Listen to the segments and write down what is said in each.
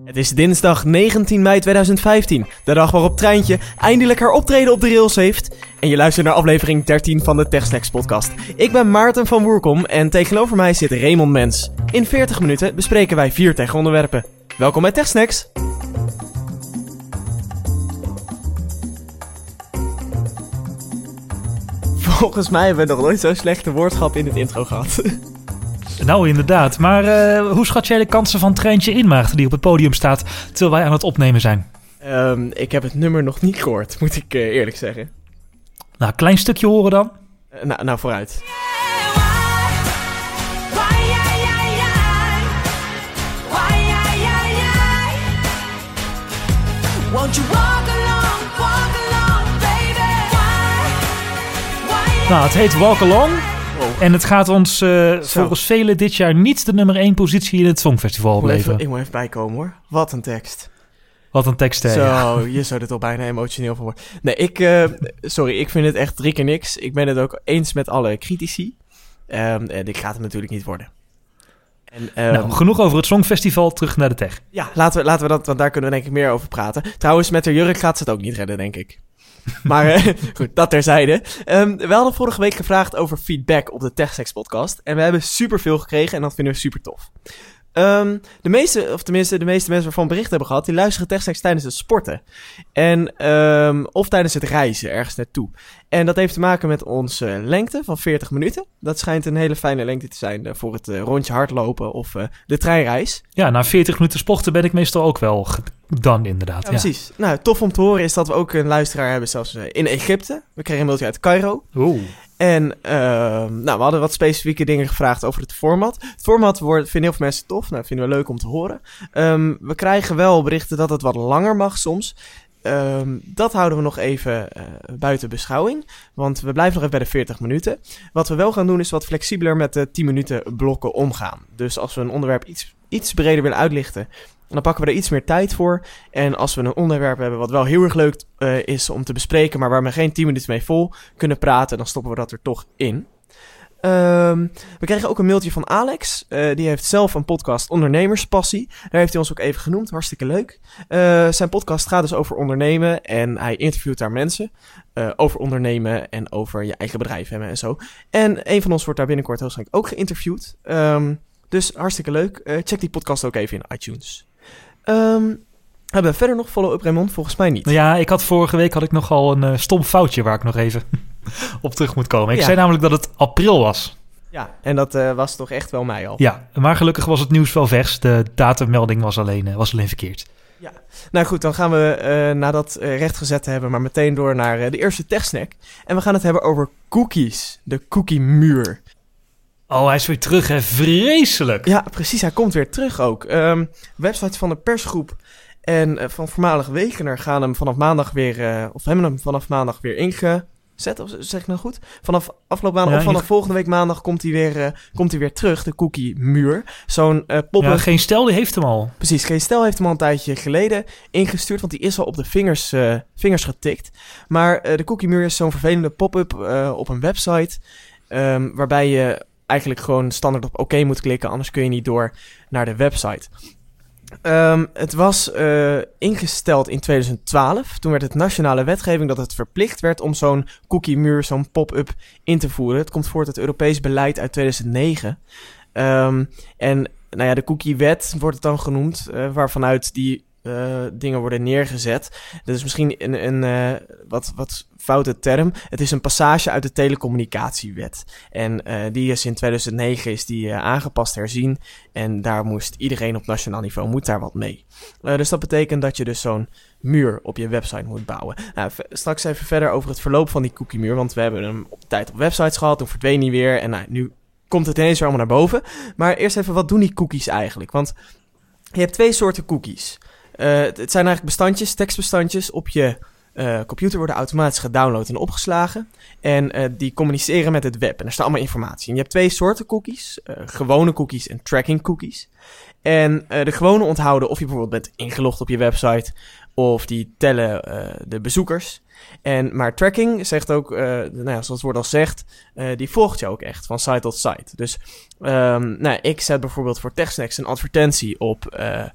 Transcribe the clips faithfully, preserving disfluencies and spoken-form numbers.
Het is dinsdag negentien mei tweeduizend vijftien, de dag waarop Treintje eindelijk haar optreden op de rails heeft. En je luistert naar aflevering dertien van de TechSnacks podcast. Ik ben Maarten van Woerkom en tegenover mij zit Raymond Mens. In veertig minuten bespreken wij vier tech-onderwerpen. Welkom bij TechSnacks! Volgens mij hebben we nog nooit zo'n slechte woordschap in het intro gehad. Nou, inderdaad. Maar uh, hoe schat jij de kansen van Treintje in, Maarten, die op het podium staat terwijl wij aan het opnemen zijn? Um, ik heb het nummer nog niet gehoord, moet ik uh, eerlijk zeggen. Nou, klein stukje horen dan. Uh, nou, nou, vooruit. Nou, het heet Walk Along. En het gaat ons uh, volgens velen dit jaar niet de nummer één positie in het Songfestival opleveren. Ik moet even bijkomen hoor. Wat een tekst. Wat een tekst, hè. Zo, ja. Je zou er toch bijna emotioneel van worden. Nee, ik, uh, sorry, ik vind het echt drie keer niks. Ik ben het ook eens met alle critici. Um, en dit gaat hem natuurlijk niet worden. En, um, nou, genoeg over het Songfestival, terug naar de tech. Ja, laten we, laten we dat, want daar kunnen we denk ik meer over praten. Trouwens, met haar jurk gaat ze het ook niet redden, denk ik. Maar uh, goed, dat terzijde. Um, we hadden vorige week gevraagd over feedback op de TechSnacks podcast. En we hebben superveel gekregen en dat vinden we super tof. Um, de meeste, of tenminste de meeste mensen waarvan bericht hebben gehad, die luisteren TechSnacks tijdens het sporten. En, um, of tijdens het reizen ergens naartoe. En dat heeft te maken met onze lengte van veertig minuten. Dat schijnt een hele fijne lengte te zijn uh, voor het uh, rondje hardlopen of uh, de treinreis. Ja, na veertig minuten sporten ben ik meestal ook wel gedaan, inderdaad. Ja, ja. Precies. Nou, tof om te horen is dat we ook een luisteraar hebben zelfs uh, in Egypte. We kregen een mailtje uit Cairo. Oeh. En uh, nou, we hadden wat specifieke dingen gevraagd over het format. Het format wordt, vinden heel veel mensen tof. Nou, dat vinden we leuk om te horen. Um, we krijgen wel berichten dat het wat langer mag soms. Um, dat houden we nog even uh, buiten beschouwing. Want we blijven nog even bij de veertig minuten. Wat we wel gaan doen is wat flexibeler met de tien minuten blokken omgaan. Dus als we een onderwerp iets, iets breder willen uitlichten, dan pakken we er iets meer tijd voor. En als we een onderwerp hebben wat wel heel erg leuk uh, is om te bespreken, maar waar we geen tien minuten mee vol kunnen praten, dan stoppen we dat er toch in. Um, we kregen ook een mailtje van Alex. Uh, die heeft zelf een podcast Ondernemerspassie. Daar heeft hij ons ook even genoemd. Hartstikke leuk. Uh, zijn podcast gaat dus over ondernemen. En hij interviewt daar mensen. Uh, over ondernemen en over je eigen bedrijf hebben en zo. En een van ons wordt daar binnenkort waarschijnlijk ook geïnterviewd. Um, dus hartstikke leuk. Uh, check die podcast ook even in iTunes. Um, hebben we verder nog follow-up, Raymond? Volgens mij niet. Nou ja, ik had vorige week had ik nogal een uh, stom foutje waar ik nog even op terug moet komen. Ik ja. zei namelijk dat het april was. Ja, en dat uh, was toch echt wel mei al. Ja, maar gelukkig was het nieuws wel vers. De datummelding was alleen, uh, was alleen verkeerd. Ja, nou goed, dan gaan we uh, na dat uh, rechtgezet te hebben, maar meteen door naar uh, de eerste techsnack. En we gaan het hebben over cookies, de cookie-muur. Oh, hij is weer terug, hè? Vreselijk. Ja, precies. Hij komt weer terug ook. Um, websites van de persgroep en uh, van voormalige Wegener gaan hem vanaf maandag weer, uh, of hebben hem vanaf maandag weer ingezet, of zeg ik nou goed? Vanaf afgelopen maandag, ja, of vanaf inge- volgende week maandag komt hij weer, uh, komt hij weer terug, de cookie-muur. Zo'n uh, pop-up. Ja, Geen Stel, die heeft hem al. Precies, Geen Stel heeft hem al een tijdje geleden ingestuurd, want die is al op de vingers, uh, vingers getikt. Maar uh, de cookie-muur is zo'n vervelende pop-up uh, op een website, um, waarbij je eigenlijk gewoon standaard op oké moet klikken, anders kun je niet door naar de website. Um, het was uh, ingesteld in tweeduizend twaalf. Toen werd het nationale wetgeving dat het verplicht werd om zo'n cookie-muur, zo'n pop-up in te voeren. Het komt voort uit Europees beleid uit tweeduizend negen. Um, en nou ja, de cookie-wet wordt het dan genoemd, uh, waarvanuit die uh, dingen worden neergezet. Dat is misschien een, een uh, wat, wat foute term. Het is een passage uit de telecommunicatiewet. En uh, die is in tweeduizend negen is die uh, aangepast, herzien. En daar moest iedereen op nationaal niveau moet daar wat mee. Uh, dus dat betekent dat je dus zo'n muur op je website moet bouwen. Nou, v- straks even verder over het verloop van die cookie-muur. Want we hebben hem op tijd op websites gehad. Toen verdween hij weer. En nou, nu komt het ineens weer allemaal naar boven. Maar eerst even, wat doen die cookies eigenlijk? Want je hebt twee soorten cookies. Uh, het zijn eigenlijk bestandjes, tekstbestandjes op je uh, computer worden automatisch gedownload en opgeslagen. En uh, die communiceren met het web. En er staat allemaal informatie. En je hebt twee soorten cookies. Uh, gewone cookies en tracking cookies. En uh, de gewone onthouden of je bijvoorbeeld bent ingelogd op je website. Of die tellen uh, de bezoekers. En, maar tracking zegt ook, uh, nou ja, zoals het woord al zegt, uh, die volgt je ook echt van site tot site. Dus um, nou, ik zet bijvoorbeeld voor TechSnacks een advertentie op uh,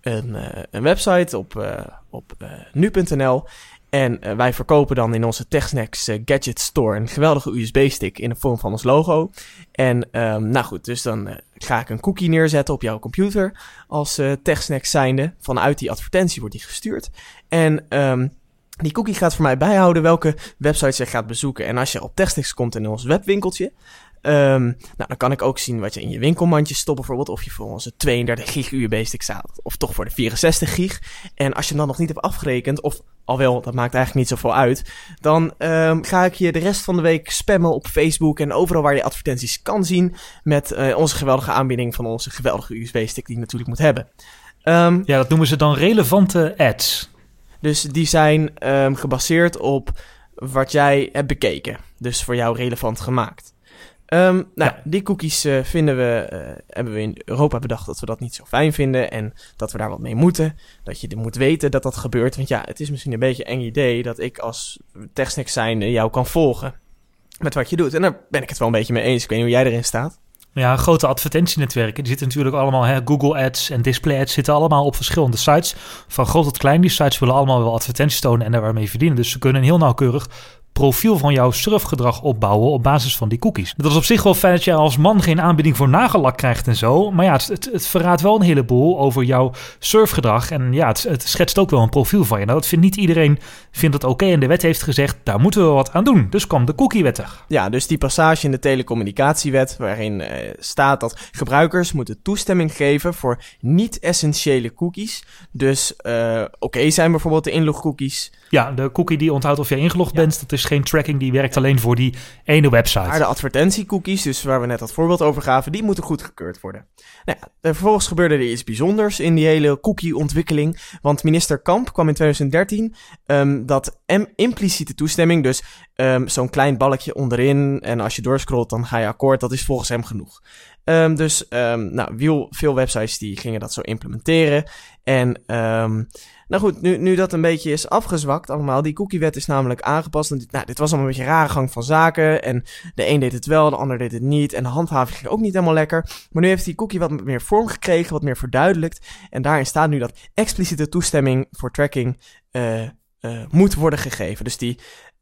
een, uh, een website op, uh, op uh, nu punt n l. En uh, wij verkopen dan in onze TechSnacks uh, Gadget Store een geweldige U S B-stick in de vorm van ons logo. En um, nou goed, dus dan uh, ga ik een cookie neerzetten op jouw computer als uh, TechSnacks zijnde. Vanuit die advertentie wordt die gestuurd. En um, die cookie gaat voor mij bijhouden welke websites je gaat bezoeken. En als je op TechSnacks komt in ons webwinkeltje, Um, nou, dan kan ik ook zien wat je in je winkelmandje stopt bijvoorbeeld. Of je voor onze tweeëndertig gig U S B-stick staat. Of toch voor de vierenzestig gig. En als je hem dan nog niet hebt afgerekend, of al wel, dat maakt eigenlijk niet zoveel uit. Dan um, ga ik je de rest van de week spammen op Facebook en overal waar je advertenties kan zien. Met uh, onze geweldige aanbieding van onze geweldige U S B-stick die je natuurlijk moet hebben. Um, ja, dat noemen ze dan relevante ads. Dus die zijn um, gebaseerd op wat jij hebt bekeken. Dus voor jou relevant gemaakt. Um, nou, ja. Die cookies uh, vinden we, uh, hebben we in Europa bedacht dat we dat niet zo fijn vinden en dat we daar wat mee moeten. Dat je moet weten dat dat gebeurt. Want ja, het is misschien een beetje een eng idee dat ik als TechSnacks zijnde jou kan volgen met wat je doet. En daar ben ik het wel een beetje mee eens. Ik weet niet hoe jij erin staat. Ja, grote advertentienetwerken, die zitten natuurlijk allemaal, hè, Google Ads en Display Ads zitten allemaal op verschillende sites. Van groot tot klein, die sites willen allemaal wel advertenties tonen en daar waarmee verdienen. Dus ze kunnen een heel nauwkeurig profiel van jouw surfgedrag opbouwen op basis van die cookies. Dat is op zich wel fijn dat je als man geen aanbieding voor nagellak krijgt en zo. Maar ja, het, het, het verraadt wel een heleboel over jouw surfgedrag. En ja, het, het schetst ook wel een profiel van je. Nou, dat vindt niet iedereen vindt het oké. Okay. En de wet heeft gezegd, daar moeten we wat aan doen. Dus kwam de cookiewet er. Ja, dus die passage in de telecommunicatiewet waarin uh, staat dat gebruikers moeten toestemming geven voor niet-essentiële cookies. Dus uh, oké okay zijn bijvoorbeeld de inlogcookies. Ja, de cookie die onthoudt of jij ingelogd ja. bent, dat is geen tracking, die werkt alleen voor die ene website. Maar de advertentiecookies, dus waar we net dat voorbeeld over gaven, die moeten goedgekeurd worden. Nou ja, vervolgens gebeurde er iets bijzonders in die hele cookie-ontwikkeling, want minister Kamp kwam in twintig dertien um, dat m- impliciete toestemming, dus um, zo'n klein balkje onderin en als je doorscrollt dan ga je akkoord, dat is volgens hem genoeg. Um, dus um, nou, wiel, veel websites die gingen dat zo implementeren en um, nou goed, nu, nu dat een beetje is afgezwakt allemaal, die cookiewet is namelijk aangepast. En dit, nou, dit was allemaal een beetje een rare gang van zaken. En de een deed het wel, de ander deed het niet. En de handhaving ging ook niet helemaal lekker. Maar nu heeft die cookie wat meer vorm gekregen, wat meer verduidelijkt. En daarin staat nu dat expliciete toestemming voor tracking uh, uh, moet worden gegeven. Dus die,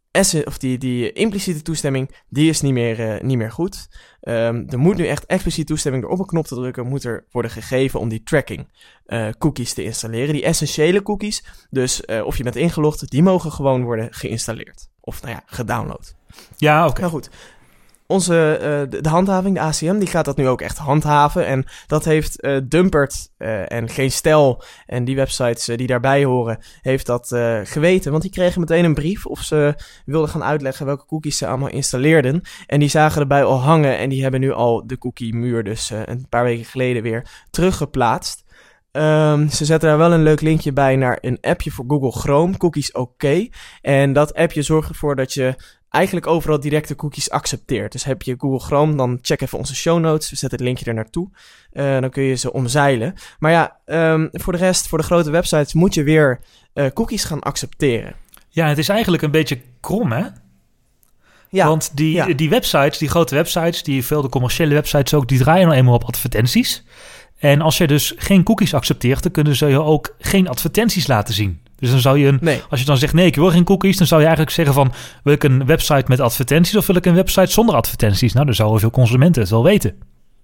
of die, die impliciete toestemming, die is niet meer, uh, niet meer goed. Um, er moet nu echt expliciete toestemming door op een knop te drukken, moet er worden gegeven om die tracking uh, cookies te installeren. Die essentiële cookies, dus uh, of je bent ingelogd, die mogen gewoon worden geïnstalleerd. Of nou ja, gedownload. Ja, oké. Okay. Nou goed. Onze, uh, de, de handhaving, de A C M, die gaat dat nu ook echt handhaven. En dat heeft uh, Dumpert uh, en Geen Stijl en die websites uh, die daarbij horen, heeft dat uh, geweten. Want die kregen meteen een brief of ze wilden gaan uitleggen welke cookies ze allemaal installeerden. En die zagen erbij al hangen en die hebben nu al de cookie-muur dus uh, een paar weken geleden weer teruggeplaatst. Um, ze zetten daar wel een leuk linkje bij naar een appje voor Google Chrome, Cookies OK. En dat appje zorgt ervoor dat je eigenlijk overal directe cookies accepteert. Dus heb je Google Chrome, dan check even onze show notes. We zetten het linkje er naartoe. Uh, dan kun je ze omzeilen. Maar ja, um, voor de rest, voor de grote websites moet je weer uh, cookies gaan accepteren. Ja, het is eigenlijk een beetje krom, hè? Ja, Want die, ja. die websites, die grote websites, die veel de commerciële websites ook, die draaien nou eenmaal op advertenties. En als je dus geen cookies accepteert, dan kunnen ze je ook geen advertenties laten zien. Dus dan zou je, een, nee. als je dan zegt nee, ik wil geen cookies, dan zou je eigenlijk zeggen van, wil ik een website met advertenties of wil ik een website zonder advertenties? Nou, dan zouden veel consumenten het wel weten.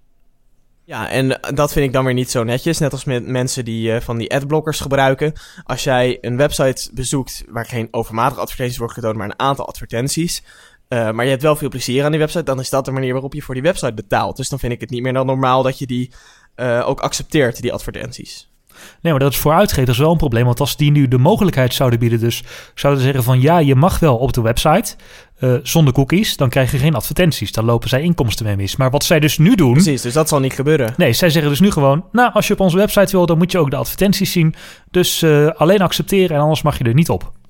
Ja, en dat vind ik dan weer niet zo netjes. Net als met mensen die uh, van die adblockers gebruiken. Als jij een website bezoekt waar geen overmatige advertenties worden getoond, maar een aantal advertenties, Uh, maar je hebt wel veel plezier aan die website, dan is dat de manier waarop je voor die website betaalt. Dus dan vind ik het niet meer dan normaal dat je die uh, ook accepteert, die advertenties. Nee, maar dat is voor uitgevers wel een probleem. Want als die nu de mogelijkheid zouden bieden, dus zouden zeggen van ja, je mag wel op de website uh, zonder cookies, dan krijg je geen advertenties. Dan lopen zij inkomsten mee mis. Maar wat zij dus nu doen... Precies, dus dat zal niet gebeuren. Nee, zij zeggen dus nu gewoon, nou, als je op onze website wil, dan moet je ook de advertenties zien. Dus uh, alleen accepteren en anders mag je er niet op.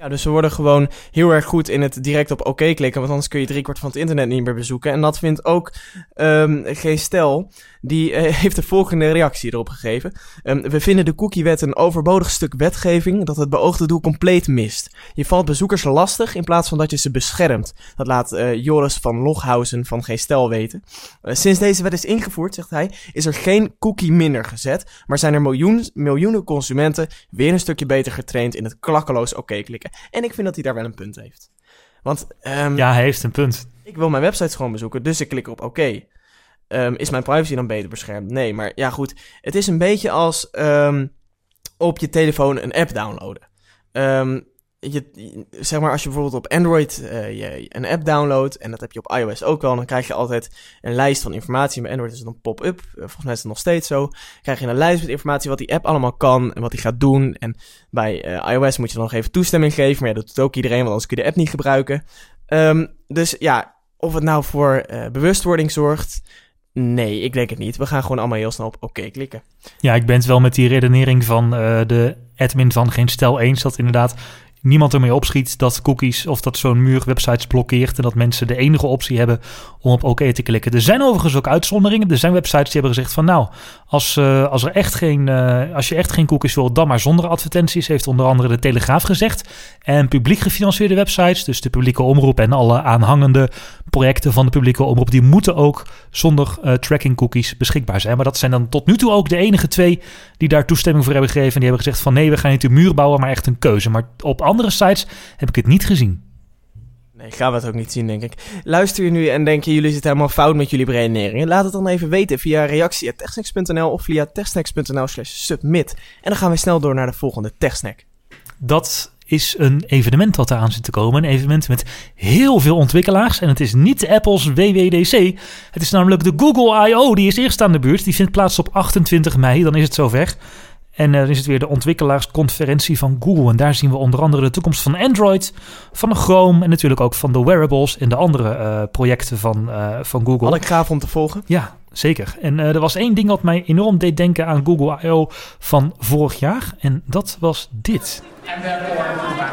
Ja, dus we worden gewoon heel erg goed in het direct op oké klikken, want anders kun je driekwart van het internet niet meer bezoeken. En dat vindt ook um, G. Stel, die uh, heeft de volgende reactie erop gegeven. Um, we vinden de cookiewet een overbodig stuk wetgeving dat het beoogde doel compleet mist. Je valt bezoekers lastig in plaats van dat je ze beschermt. Dat laat uh, Joris van Loghausen van G. Stel weten. Uh, sinds deze wet is ingevoerd, zegt hij, is er geen cookie minder gezet, maar zijn er miljoen, miljoenen consumenten weer een stukje beter getraind in het klakkeloos oké klikken. En ik vind dat hij daar wel een punt heeft. Want um, ja, hij heeft een punt. Ik wil mijn websites gewoon bezoeken, dus ik klik op oké. Okay. Um, is mijn privacy dan beter beschermd? Nee, maar ja goed. Het is een beetje als um, op je telefoon een app downloaden. Um, je, zeg maar als je bijvoorbeeld op Android uh, je, een app downloadt, en dat heb je op iOS ook wel, dan krijg je altijd een lijst van informatie. Bij Android is het een pop-up, uh, volgens mij is het nog steeds zo. Krijg je een lijst met informatie wat die app allemaal kan en wat die gaat doen. En bij uh, iOS moet je dan nog even toestemming geven, maar ja, dat doet ook iedereen, want anders kun je de app niet gebruiken. Um, dus ja, of het nou voor uh, bewustwording zorgt, nee, ik denk het niet. We gaan gewoon allemaal heel snel op oké okay klikken. Ja, ik ben het wel met die redenering van uh, de admin van Geen Stel eens, dat inderdaad niemand ermee opschiet dat cookies of dat zo'n muur websites blokkeert en dat mensen de enige optie hebben om op oké okay te klikken. Er zijn overigens ook uitzonderingen. Er zijn websites die hebben gezegd van nou, als, uh, als, er echt geen, uh, als je echt geen cookies wil, dan maar zonder advertenties, heeft onder andere de Telegraaf gezegd. En publiek gefinancierde websites, dus de publieke omroep en alle aanhangende projecten van de publieke omroep, die moeten ook zonder uh, tracking cookies beschikbaar zijn. Maar dat zijn dan tot nu toe ook de enige twee die daar toestemming voor hebben gegeven. En die hebben gezegd van nee, we gaan niet een muur bouwen, maar echt een keuze. Maar op andere sites heb ik het niet gezien. Nee, gaan we het ook niet zien, denk ik. Luister je nu en denk je, jullie zitten helemaal fout met jullie beredeneringen? Laat het dan even weten via reactie at techsnacks punt n l of via techsnacks punt n l slash submit. En dan gaan we snel door naar de volgende TechSnack. Dat is een evenement wat eraan zit te komen. Een evenement met heel veel ontwikkelaars. En het is niet Apple's W W D C. Het is namelijk de Google I O. Die is eerst aan de beurt. Die vindt plaats op achtentwintig mei. Dan is het zover. En dan is het weer de ontwikkelaarsconferentie van Google. En daar zien we onder andere de toekomst van Android, van Chrome en natuurlijk ook van de wearables en de andere uh, projecten van, uh, van Google. Had ik gaaf om te volgen. Ja, zeker. En uh, er was één ding wat mij enorm deed denken aan Google I O van vorig jaar. En dat was dit. And therefore,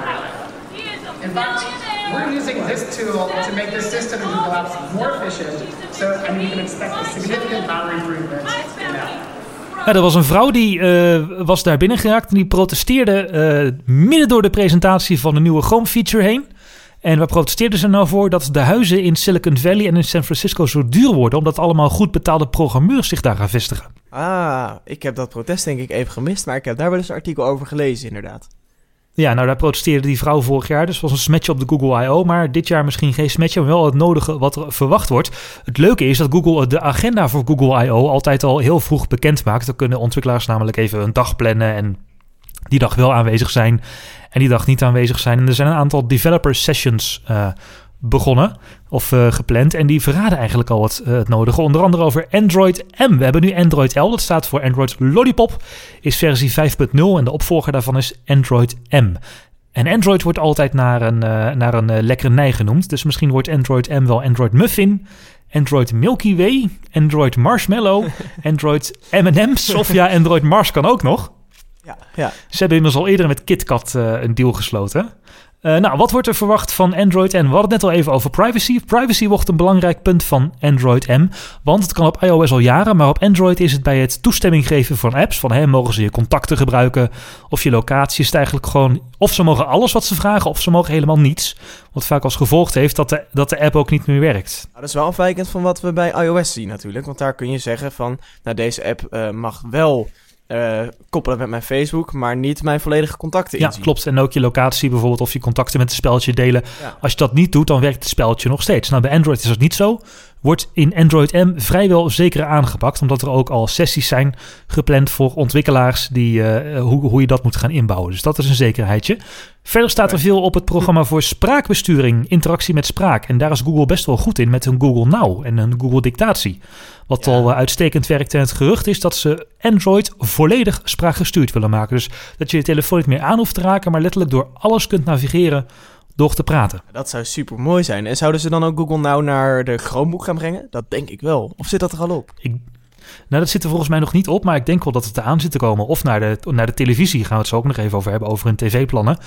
in fact, we're using this tool to make the system in Google Apps more efficient. So, and you can expect a significant battery improvement in that. Ja, er was een vrouw die uh, was daar binnen geraakt en die protesteerde uh, midden door de presentatie van de nieuwe Chrome feature heen. En waar protesteerden ze nou voor? Dat de huizen in Silicon Valley en in San Francisco zo duur worden, omdat allemaal goed betaalde programmeurs zich daar gaan vestigen. Ah, ik heb dat protest denk ik even gemist, maar ik heb daar wel eens een artikel over gelezen inderdaad. Ja, nou daar protesteerde die vrouw vorig jaar. Dus het was een smetje op de Google I O. Maar dit jaar misschien geen smetje, maar wel het nodige wat er verwacht wordt. Het leuke is dat Google de agenda voor Google I O altijd al heel vroeg bekend maakt. Dan kunnen ontwikkelaars namelijk even een dag plannen en die dag wel aanwezig zijn en die dag niet aanwezig zijn. En er zijn een aantal developer sessions uh, begonnen of uh, gepland. En die verraden eigenlijk al het, uh, het nodige. Onder andere over Android M. We hebben nu Android L, dat staat voor Android Lollipop. Is versie vijf punt nul en de opvolger daarvan is Android M. En Android wordt altijd naar een, uh, naar een uh, lekkernij genoemd. Dus misschien wordt Android M wel Android Muffin, Android Milky Way, Android Marshmallow, Android M and M's of ja, Android Mars kan ook nog. Ja, ja. Ze hebben immers al eerder met KitKat uh, een deal gesloten. Uh, nou, wat wordt er verwacht van Android? En we hadden het net al even over privacy. Privacy wordt een belangrijk punt van Android M. Want het kan op iOS al jaren, maar op Android is het bij het toestemming geven van apps. Van, hè, mogen ze je contacten gebruiken of je locatie. Is het eigenlijk gewoon, of ze mogen alles wat ze vragen, of ze mogen helemaal niets. Wat vaak als gevolg heeft dat de, dat de app ook niet meer werkt. Nou, dat is wel afwijkend van wat we bij iOS zien natuurlijk. Want daar kun je zeggen van, nou deze app uh, mag wel Uh, koppelen met mijn Facebook, maar niet mijn volledige contacten inzien. Ja, klopt. En ook je locatie bijvoorbeeld of je contacten met het spelletje delen. Ja. Als je dat niet doet, dan werkt het spelletje nog steeds. Nou, bij Android is dat niet zo. Wordt in Android M vrijwel zeker aangepakt, omdat er ook al sessies zijn gepland voor ontwikkelaars die uh, hoe, hoe je dat moet gaan inbouwen. Dus dat is een zekerheidje. Verder staat er veel op het programma voor spraakbesturing, interactie met spraak. En daar is Google best wel goed in met een Google Now en een Google Dictatie. Wat ja. al uh, uitstekend werkt. En het gerucht is dat ze Android volledig spraakgestuurd willen maken. Dus dat je je telefoon niet meer aan hoeft te raken, maar letterlijk door alles kunt navigeren door te praten. Dat zou super mooi zijn. En zouden ze dan ook Google Now naar de Chromebook gaan brengen? Dat denk ik wel. Of zit dat er al op? Ik, nou, dat zit er volgens mij nog niet op, maar ik denk wel dat het eraan zit te komen. Of naar de, naar de televisie gaan we het zo ook nog even over hebben, over hun tv-plannen.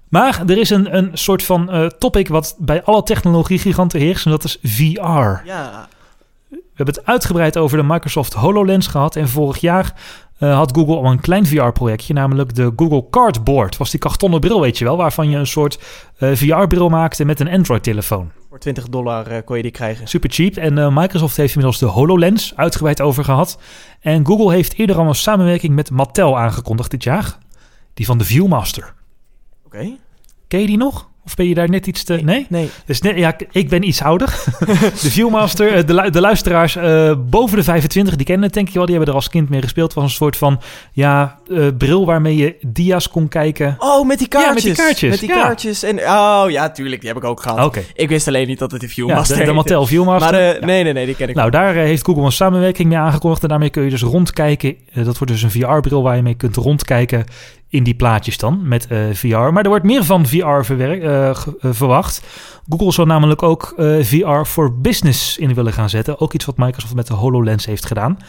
Maar er is een, een soort van uh, topic wat bij alle technologiegiganten heerst. En dat is V R. Ja. We hebben het uitgebreid over de Microsoft HoloLens gehad. En vorig jaar uh, had Google al een klein V R-projectje. Namelijk de Google Cardboard. Was die kartonnen bril, weet je wel. Waarvan je een soort uh, V R-bril maakte met een Android-telefoon. Voor twintig dollar uh, kon je die krijgen. Super cheap. En uh, Microsoft heeft inmiddels de HoloLens uitgebreid over gehad. En Google heeft eerder al een samenwerking met Mattel aangekondigd dit jaar. Die van de Viewmaster. Oké. Okay. Ken je die nog? Of ben je daar net iets te... Nee? Nee. Dus net, ja, ik ben iets ouder. De Viewmaster, de, lu- de luisteraars uh, boven de vijfentwintig, die kennen het denk ik wel. Die hebben er als kind mee gespeeld. Het was een soort van ja, uh, bril waarmee je dia's kon kijken. Oh, met die kaartjes. Ja, met die kaartjes. Met die ja. kaartjes. En, oh, ja, tuurlijk. Die heb ik ook gehad. Okay. Ik wist alleen niet dat het de Viewmaster ja, de, de Mattel Viewmaster. Maar uh, ja. nee, nee, nee, die ken ik Nou, ook. daar uh, heeft Google een samenwerking mee aangekondigd. En daarmee kun je dus rondkijken. Uh, dat wordt dus een V R-bril waar je mee kunt rondkijken in die plaatjes dan, met uh, V R. Maar er wordt meer van V R verwerkt, uh, ge- uh, verwacht. Google zou namelijk ook uh, V R voor business in willen gaan zetten. Ook iets wat Microsoft met de HoloLens heeft gedaan.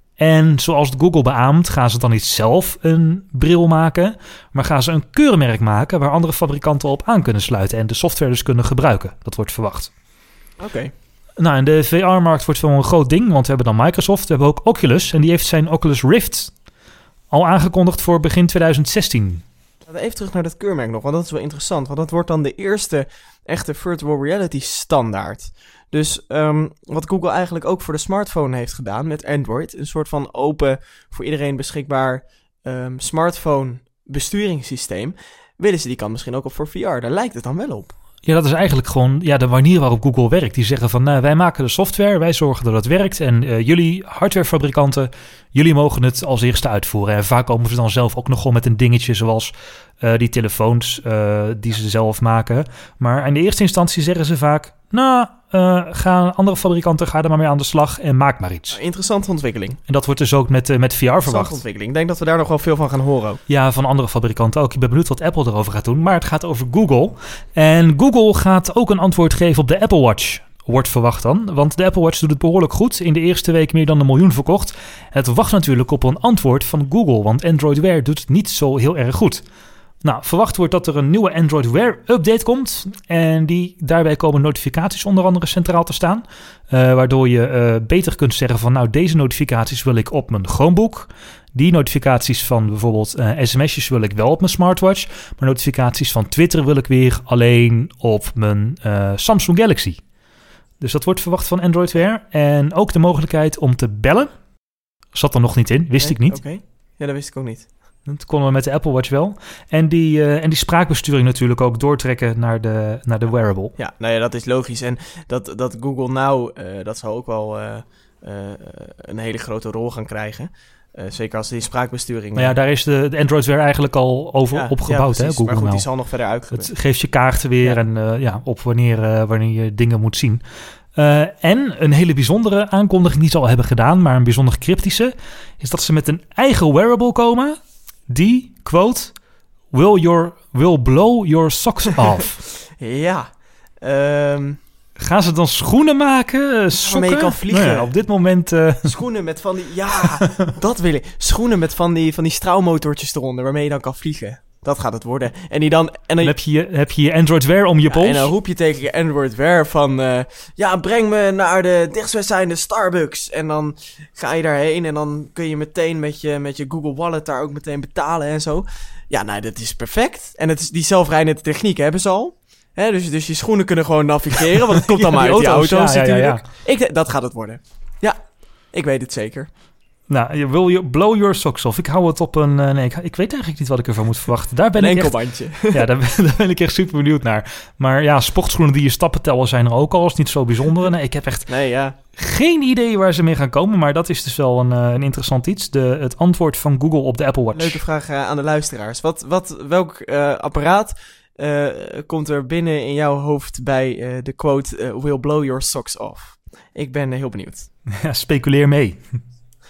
En zoals Google beaamt, gaan ze dan niet zelf een bril maken, maar gaan ze een keurmerk maken waar andere fabrikanten op aan kunnen sluiten en de software dus kunnen gebruiken. Dat wordt verwacht. Oké. Okay. Nou, en de V R-markt wordt wel een groot ding, want we hebben dan Microsoft, we hebben ook Oculus en die heeft zijn Oculus Rift al aangekondigd voor begin twintig zestien. Even terug naar dat keurmerk nog, want dat is wel interessant. Want dat wordt dan de eerste echte virtual reality standaard. Dus um, wat Google eigenlijk ook voor de smartphone heeft gedaan met Android. Een soort van open, voor iedereen beschikbaar um, smartphone besturingssysteem. Willen ze die kant misschien ook op voor V R? Daar lijkt het dan wel op. Ja, dat is eigenlijk gewoon ja, de manier waarop Google werkt. Die zeggen van, nou, wij maken de software, wij zorgen dat het werkt. En uh, jullie hardwarefabrikanten, jullie mogen het als eerste uitvoeren. En vaak komen ze dan zelf ook nog gewoon met een dingetje zoals uh, die telefoons uh, die ze zelf maken. Maar in de eerste instantie zeggen ze vaak, nou, uh, gaan andere fabrikanten, ga er maar mee aan de slag en maak maar iets. Nou, interessante ontwikkeling. En dat wordt dus ook met, uh, met V R verwacht. ontwikkeling. Ik denk dat we daar nog wel veel van gaan horen. Ja, van andere fabrikanten ook. Ik ben benieuwd wat Apple erover gaat doen. Maar het gaat over Google. En Google gaat ook een antwoord geven op de Apple Watch. Wordt verwacht dan. Want de Apple Watch doet het behoorlijk goed. In de eerste week meer dan een miljoen verkocht. Het wacht natuurlijk op een antwoord van Google. Want Android Wear doet het niet zo heel erg goed. Nou, verwacht wordt dat er een nieuwe Android Wear update komt. En die, daarbij komen notificaties onder andere centraal te staan. Uh, waardoor je uh, beter kunt zeggen van nou, deze notificaties wil ik op mijn Chromebook. Die notificaties van bijvoorbeeld uh, sms'jes wil ik wel op mijn smartwatch. Maar notificaties van Twitter wil ik weer alleen op mijn uh, Samsung Galaxy. Dus dat wordt verwacht van Android Wear. En ook de mogelijkheid om te bellen. Zat er nog niet in, wist nee, ik niet. Oké, okay. Ja, dat wist ik ook niet. Dat konden we met de Apple Watch wel. En die, uh, en die spraakbesturing natuurlijk ook doortrekken naar de, naar de wearable. Ja, nou ja, dat is logisch. En dat, dat Google Now, uh, dat zal ook wel uh, uh, een hele grote rol gaan krijgen. Uh, zeker als die spraakbesturing... Nou ja, daar is de, de Android Wear eigenlijk al over ja, opgebouwd, ja, hè, Google maar goed, Now. die zal nog verder uitgebreid. Het geeft je kaarten weer ja. en uh, ja, op wanneer, uh, wanneer je dingen moet zien. Uh, en een hele bijzondere aankondiging die ze al hebben gedaan, maar een bijzonder cryptische, is dat ze met een eigen wearable komen die, quote, will, your, will blow your socks off. Ja. Um... Gaan ze dan schoenen maken? Sokken? Waarmee je kan vliegen. Nou ja, op dit moment... Uh... Schoenen met van die... Ja, dat wil ik. Schoenen met van die, van die straalmotortjes eronder, waarmee je dan kan vliegen. Dat gaat het worden. En die dan... En dan, dan heb, je, heb je je Android Wear om je ja, pols. En dan roep je tegen je Android Wear van... Uh, ja, breng me naar de dichtstbijzijnde Starbucks. En dan ga je daarheen en dan kun je meteen met je, met je Google Wallet daar ook meteen betalen en zo. Ja, nou, dat is perfect. En het is die zelfrijdende techniek hebben ze al. He, dus, dus je schoenen kunnen gewoon navigeren, want het komt dan ja, maar uit die auto's, auto's ja, natuurlijk. Ja, ja, ja. Ik, dat gaat het worden. Ja, ik weet het zeker. Nou, je wil je blow your socks off. Ik hou het op een... Uh, nee, ik, ik weet eigenlijk niet wat ik ervan moet verwachten. Daar ben een ik enkelbandje. Echt, ja, daar ben, daar ben ik echt super benieuwd naar. Maar ja, sportschoenen die je stappen tellen zijn er ook al. Is niet zo bijzonder. Nee, ik heb echt nee, ja. geen idee waar ze mee gaan komen. Maar dat is dus wel een, uh, een interessant iets. De, het antwoord van Google op de Apple Watch. Leuke vraag uh, aan de luisteraars. Wat, wat, welk uh, apparaat uh, komt er binnen in jouw hoofd bij uh, de quote uh, will blow your socks off? Ik ben uh, heel benieuwd. Ja, speculeer mee.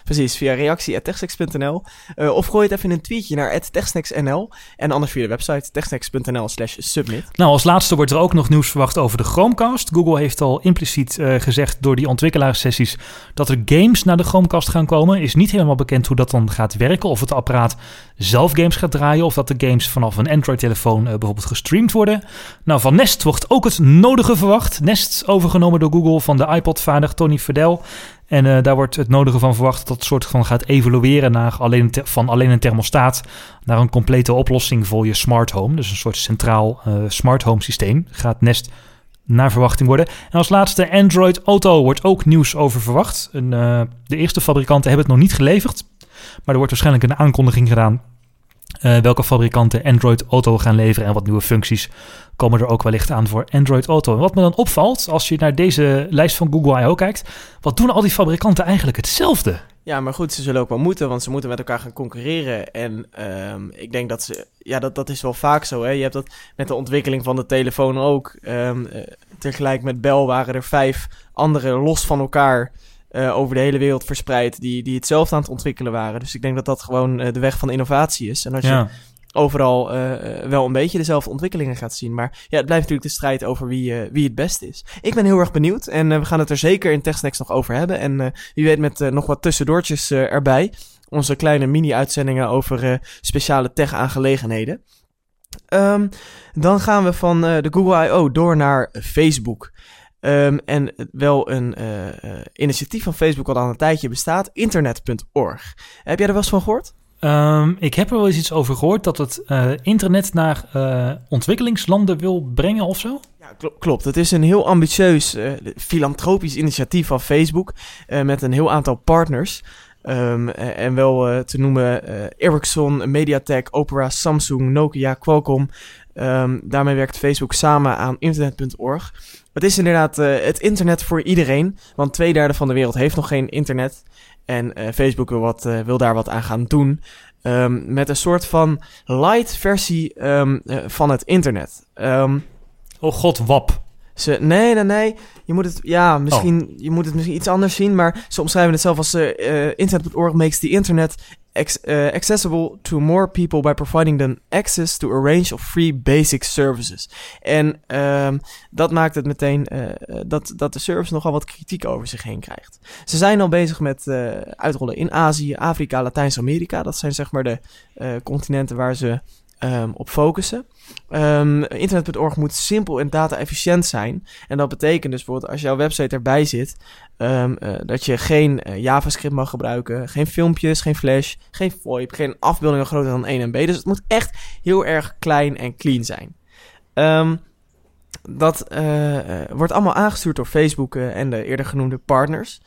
Precies, via reactie at techsnacks punt n l. Uh, of gooi het even in een tweetje naar at techsnacks punt n l. En anders via de website techsnacks punt n l slash submit. Nou, als laatste wordt er ook nog nieuws verwacht over de Chromecast. Google heeft al impliciet uh, gezegd door die ontwikkelaarssessies dat er games naar de Chromecast gaan komen. Is niet helemaal bekend hoe dat dan gaat werken. Of het apparaat zelf games gaat draaien. Of dat de games vanaf een Android-telefoon uh, bijvoorbeeld gestreamd worden. Nou, van Nest wordt ook het nodige verwacht. Nest overgenomen door Google van de iPod-vader Tony Fadell. En uh, daar wordt het nodige van verwacht dat het soort van gaat evolueren naar alleen te- van alleen een thermostaat naar een complete oplossing voor je smart home. Dus een soort centraal uh, smart home systeem gaat Nest naar verwachting worden. En als laatste Android Auto wordt ook nieuws over verwacht. En, uh, de eerste fabrikanten hebben het nog niet geleverd, maar er wordt waarschijnlijk een aankondiging gedaan Uh, welke fabrikanten Android Auto gaan leveren en wat nieuwe functies komen er ook wellicht aan voor Android Auto. En wat me dan opvalt, als je naar deze lijst van Google I O kijkt, wat doen al die fabrikanten eigenlijk hetzelfde? Ja, maar goed, ze zullen ook wel moeten, want ze moeten met elkaar gaan concurreren. En um, ik denk dat ze... Ja, dat, dat is wel vaak zo, hè. Je hebt dat met de ontwikkeling van de telefoon ook. Um, uh, tegelijk met Bell waren er vijf andere los van elkaar Uh, over de hele wereld verspreid, die, die hetzelfde aan het ontwikkelen waren. Dus ik denk dat dat gewoon uh, de weg van innovatie is. En als ja. je overal uh, wel een beetje dezelfde ontwikkelingen gaat zien. Maar ja, het blijft natuurlijk de strijd over wie, uh, wie het beste is. Ik ben heel erg benieuwd en uh, we gaan het er zeker in TechSnacks nog over hebben. En uh, wie weet met uh, nog wat tussendoortjes uh, erbij. Onze kleine mini-uitzendingen over uh, speciale tech-aangelegenheden. Um, dan gaan we van uh, de Google I O door naar Facebook. Um, en wel een uh, uh, initiatief van Facebook wat al een tijdje bestaat, internet punt org. Heb jij er wel eens van gehoord? Um, ik heb er wel eens iets over gehoord dat het uh, internet naar uh, ontwikkelingslanden wil brengen of zo. Ja, kl- klopt. Het is een heel ambitieus uh, filantropisch initiatief van Facebook uh, met een heel aantal partners. Um, en wel uh, te noemen uh, Ericsson, MediaTek, Opera, Samsung, Nokia, Qualcomm. Um, daarmee werkt Facebook samen aan internet punt org. Het is inderdaad uh, het internet voor iedereen, want twee derde van de wereld heeft nog geen internet. En uh, Facebook wil, wat, uh, wil daar wat aan gaan doen. Um, met een soort van light versie um, uh, van het internet. Um, oh god, W A P. Ze, nee, nee, nee. Je moet het, ja, misschien, oh. je moet het misschien iets anders zien, maar ze omschrijven het zelf als uh, uh, internet punt org makes the internet ex- uh, accessible to more people by providing them access to a range of free basic services. En um, dat maakt het meteen uh, dat, dat de service nogal wat kritiek over zich heen krijgt. Ze zijn al bezig met uh, uitrollen in Azië, Afrika, Latijns-Amerika. Dat zijn zeg maar de uh, continenten waar ze Um, op focussen. Um, internet punt org moet simpel en data-efficiënt zijn. En dat betekent dus bijvoorbeeld als jouw website erbij zit, um, uh, dat je geen uh, JavaScript mag gebruiken, geen filmpjes, geen Flash, geen VoIP, geen afbeeldingen groter dan één M B. Dus het moet echt heel erg klein en clean zijn. Um, dat uh, uh, wordt allemaal aangestuurd door Facebook uh, en de eerder genoemde partners.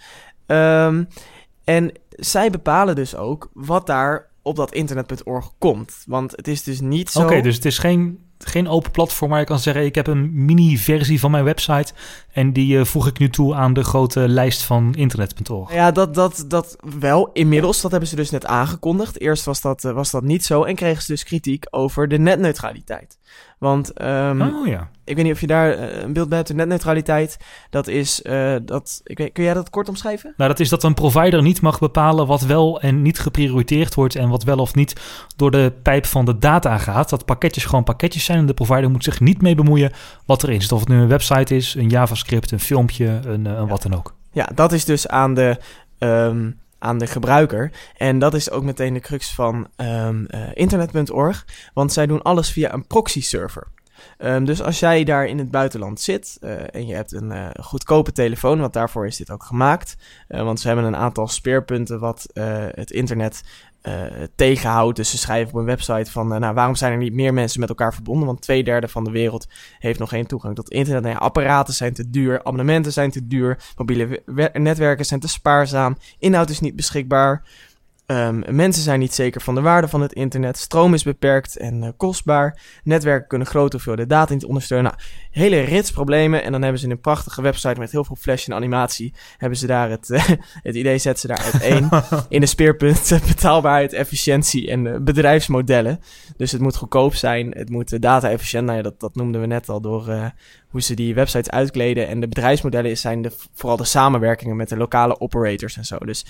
Um, en zij bepalen dus ook wat daar op dat internet punt org komt. Want het is dus niet zo... Oké, okay, dus het is geen, geen open platform waar je kan zeggen, ik heb een mini-versie van mijn website en die uh, voeg ik nu toe aan de grote lijst van internet punt org. Ja, dat, dat, dat wel inmiddels. Dat hebben ze dus net aangekondigd. Eerst was dat, uh, was dat niet zo en kregen ze dus kritiek over de netneutraliteit. Want um, oh, ja. ik weet niet of je daar uh, een beeld bij hebt. De netneutraliteit, dat is... Uh, dat, ik weet, kun jij dat kort omschrijven? Nou, dat is dat een provider niet mag bepalen wat wel en niet geprioriteerd wordt en wat wel of niet door de pijp van de data gaat. Dat pakketjes gewoon pakketjes zijn en de provider moet zich niet mee bemoeien wat erin zit. Of het nu een website is, een JavaScript, een filmpje, een, een ja. wat dan ook. Ja, dat is dus aan de... Um, aan de gebruiker. En dat is ook meteen de crux van um, uh, internet punt org. Want zij doen alles via een proxy server. Um, dus als jij daar in het buitenland zit uh, en je hebt een uh, goedkope telefoon, want daarvoor is dit ook gemaakt. Uh, want ze hebben een aantal speerpunten wat uh, het internet uh, tegenhoudt. Dus ze schrijven op een website van, uh, nou, waarom zijn er niet meer mensen met elkaar verbonden? Want twee derde van de wereld heeft nog geen toegang tot internet. Nou ja, apparaten zijn te duur, abonnementen zijn te duur, mobiele we- netwerken zijn te spaarzaam, inhoud is niet beschikbaar. Um, mensen zijn niet zeker van de waarde van het internet. Stroom is beperkt en uh, kostbaar. Netwerken kunnen grote hoeveelheden data niet ondersteunen. Nou, hele rits problemen. En dan hebben ze een prachtige website met heel veel flash en animatie. Hebben ze daar het, uh, het idee, zetten ze daar uiteen. In de speerpunten betaalbaarheid, efficiëntie en uh, bedrijfsmodellen. Dus het moet goedkoop zijn. Het moet uh, data-efficiënt. Nou ja, dat, dat noemden we net al door uh, hoe ze die websites uitkleden. En de bedrijfsmodellen zijn de, vooral de samenwerkingen met de lokale operators en zo. Dus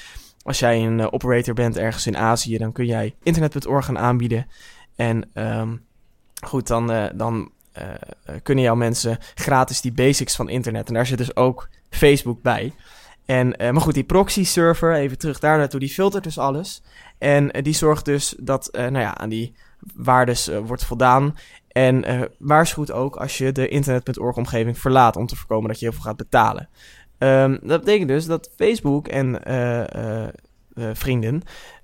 als jij een uh, operator bent ergens in Azië, dan kun jij internet punt org gaan aanbieden. En um, goed, dan, uh, dan uh, kunnen jouw mensen gratis die basics van internet. En daar zit dus ook Facebook bij. En, uh, maar goed, die proxy server, even terug daar naartoe, die filtert dus alles. En uh, die zorgt dus dat uh, nou ja, aan die waardes uh, wordt voldaan. En uh, waarschuwt ook als je de internet punt org omgeving verlaat, om te voorkomen dat je heel veel gaat betalen. Um, dat betekent dus dat Facebook en uh, uh, uh, vrienden